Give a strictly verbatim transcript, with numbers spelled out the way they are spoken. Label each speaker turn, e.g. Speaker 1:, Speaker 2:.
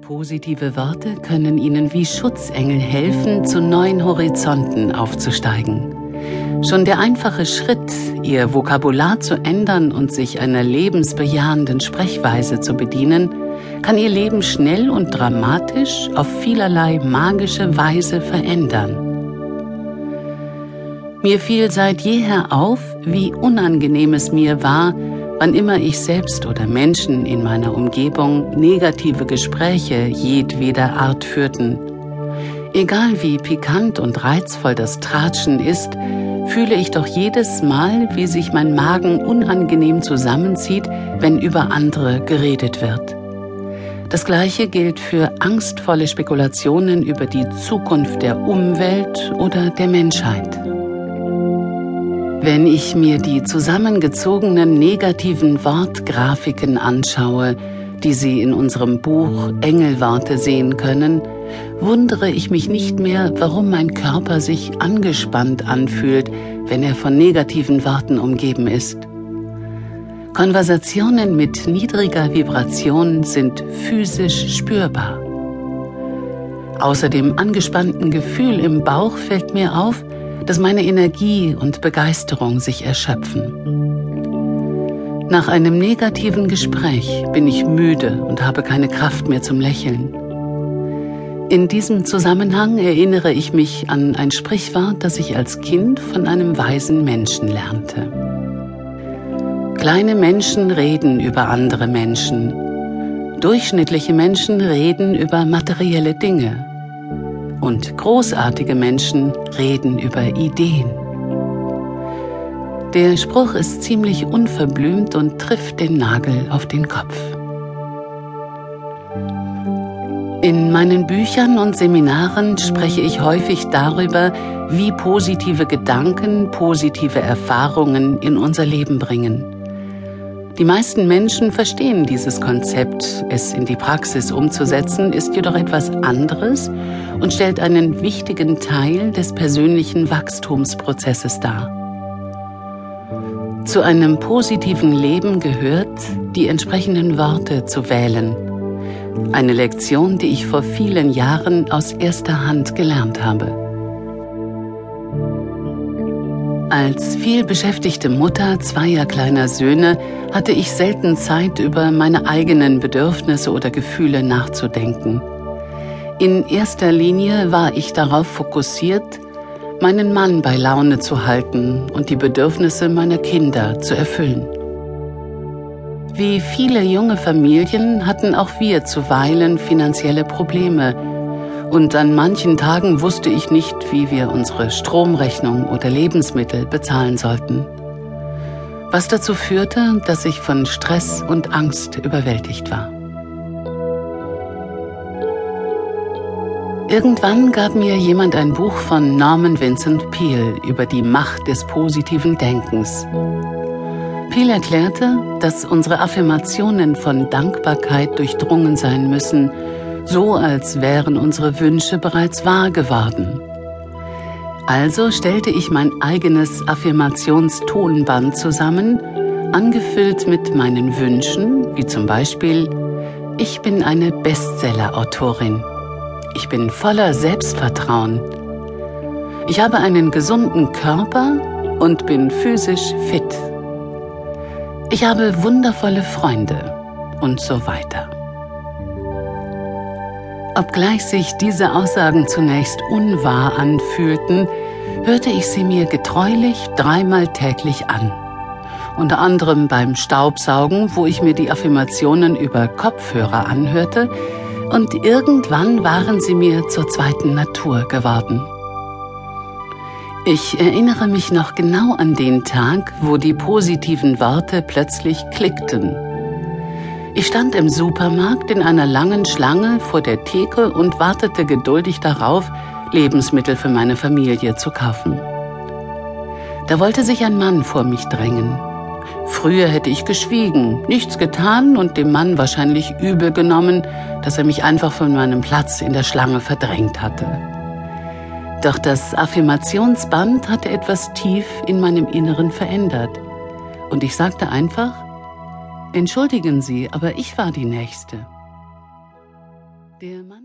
Speaker 1: Positive Worte können Ihnen wie Schutzengel helfen, zu neuen Horizonten aufzusteigen. Schon der einfache Schritt, Ihr Vokabular zu ändern und sich einer lebensbejahenden Sprechweise zu bedienen, kann Ihr Leben schnell und dramatisch auf vielerlei magische Weise verändern. Mir fiel seit jeher auf, wie unangenehm es mir war, wann immer ich selbst oder Menschen in meiner Umgebung negative Gespräche jedweder Art führten. Egal wie pikant und reizvoll das Tratschen ist, fühle ich doch jedes Mal, wie sich mein Magen unangenehm zusammenzieht, wenn über andere geredet wird. Das Gleiche gilt für angstvolle Spekulationen über die Zukunft der Umwelt oder der Menschheit. Wenn ich mir die zusammengezogenen negativen Wortgrafiken anschaue, die Sie in unserem Buch Engelworte sehen können, wundere ich mich nicht mehr, warum mein Körper sich angespannt anfühlt, wenn er von negativen Worten umgeben ist. Konversationen mit niedriger Vibration sind physisch spürbar. Außer dem angespannten Gefühl im Bauch fällt mir auf, dass meine Energie und Begeisterung sich erschöpfen. Nach einem negativen Gespräch bin ich müde und habe keine Kraft mehr zum Lächeln. In diesem Zusammenhang erinnere ich mich an ein Sprichwort, das ich als Kind von einem weisen Menschen lernte. Kleine Menschen reden über andere Menschen. Durchschnittliche Menschen reden über materielle Dinge. Und großartige Menschen reden über Ideen. Der Spruch ist ziemlich unverblümt und trifft den Nagel auf den Kopf. In meinen Büchern und Seminaren spreche ich häufig darüber, wie positive Gedanken positive Erfahrungen in unser Leben bringen. Die meisten Menschen verstehen dieses Konzept. Es in die Praxis umzusetzen, ist jedoch etwas anderes und stellt einen wichtigen Teil des persönlichen Wachstumsprozesses dar. Zu einem positiven Leben gehört, die entsprechenden Worte zu wählen. Eine Lektion, die ich vor vielen Jahren aus erster Hand gelernt habe. Als vielbeschäftigte Mutter zweier kleiner Söhne hatte ich selten Zeit, über meine eigenen Bedürfnisse oder Gefühle nachzudenken. In erster Linie war ich darauf fokussiert, meinen Mann bei Laune zu halten und die Bedürfnisse meiner Kinder zu erfüllen. Wie viele junge Familien hatten auch wir zuweilen finanzielle Probleme, und an manchen Tagen wusste ich nicht, wie wir unsere Stromrechnung oder Lebensmittel bezahlen sollten. Was dazu führte, dass ich von Stress und Angst überwältigt war. Irgendwann gab mir jemand ein Buch von Norman Vincent Peale über die Macht des positiven Denkens. Peale erklärte, dass unsere Affirmationen von Dankbarkeit durchdrungen sein müssen, so als wären unsere Wünsche bereits wahr geworden. Also stellte ich mein eigenes Affirmationstonband zusammen, angefüllt mit meinen Wünschen, wie zum Beispiel: Ich bin eine Bestseller-Autorin. Ich bin voller Selbstvertrauen. Ich habe einen gesunden Körper und bin physisch fit. Ich habe wundervolle Freunde und so weiter. Obgleich sich diese Aussagen zunächst unwahr anfühlten, hörte ich sie mir getreulich dreimal täglich an. Unter anderem beim Staubsaugen, wo ich mir die Affirmationen über Kopfhörer anhörte, und irgendwann waren sie mir zur zweiten Natur geworden. Ich erinnere mich noch genau an den Tag, wo die positiven Worte plötzlich klickten. Ich stand im Supermarkt in einer langen Schlange vor der Theke und wartete geduldig darauf, Lebensmittel für meine Familie zu kaufen. Da wollte sich ein Mann vor mich drängen. Früher hätte ich geschwiegen, nichts getan und dem Mann wahrscheinlich übel genommen, dass er mich einfach von meinem Platz in der Schlange verdrängt hatte. Doch das Affirmationsband hatte etwas tief in meinem Inneren verändert. Und ich sagte einfach: Entschuldigen Sie, aber ich war die Nächste. Der Mann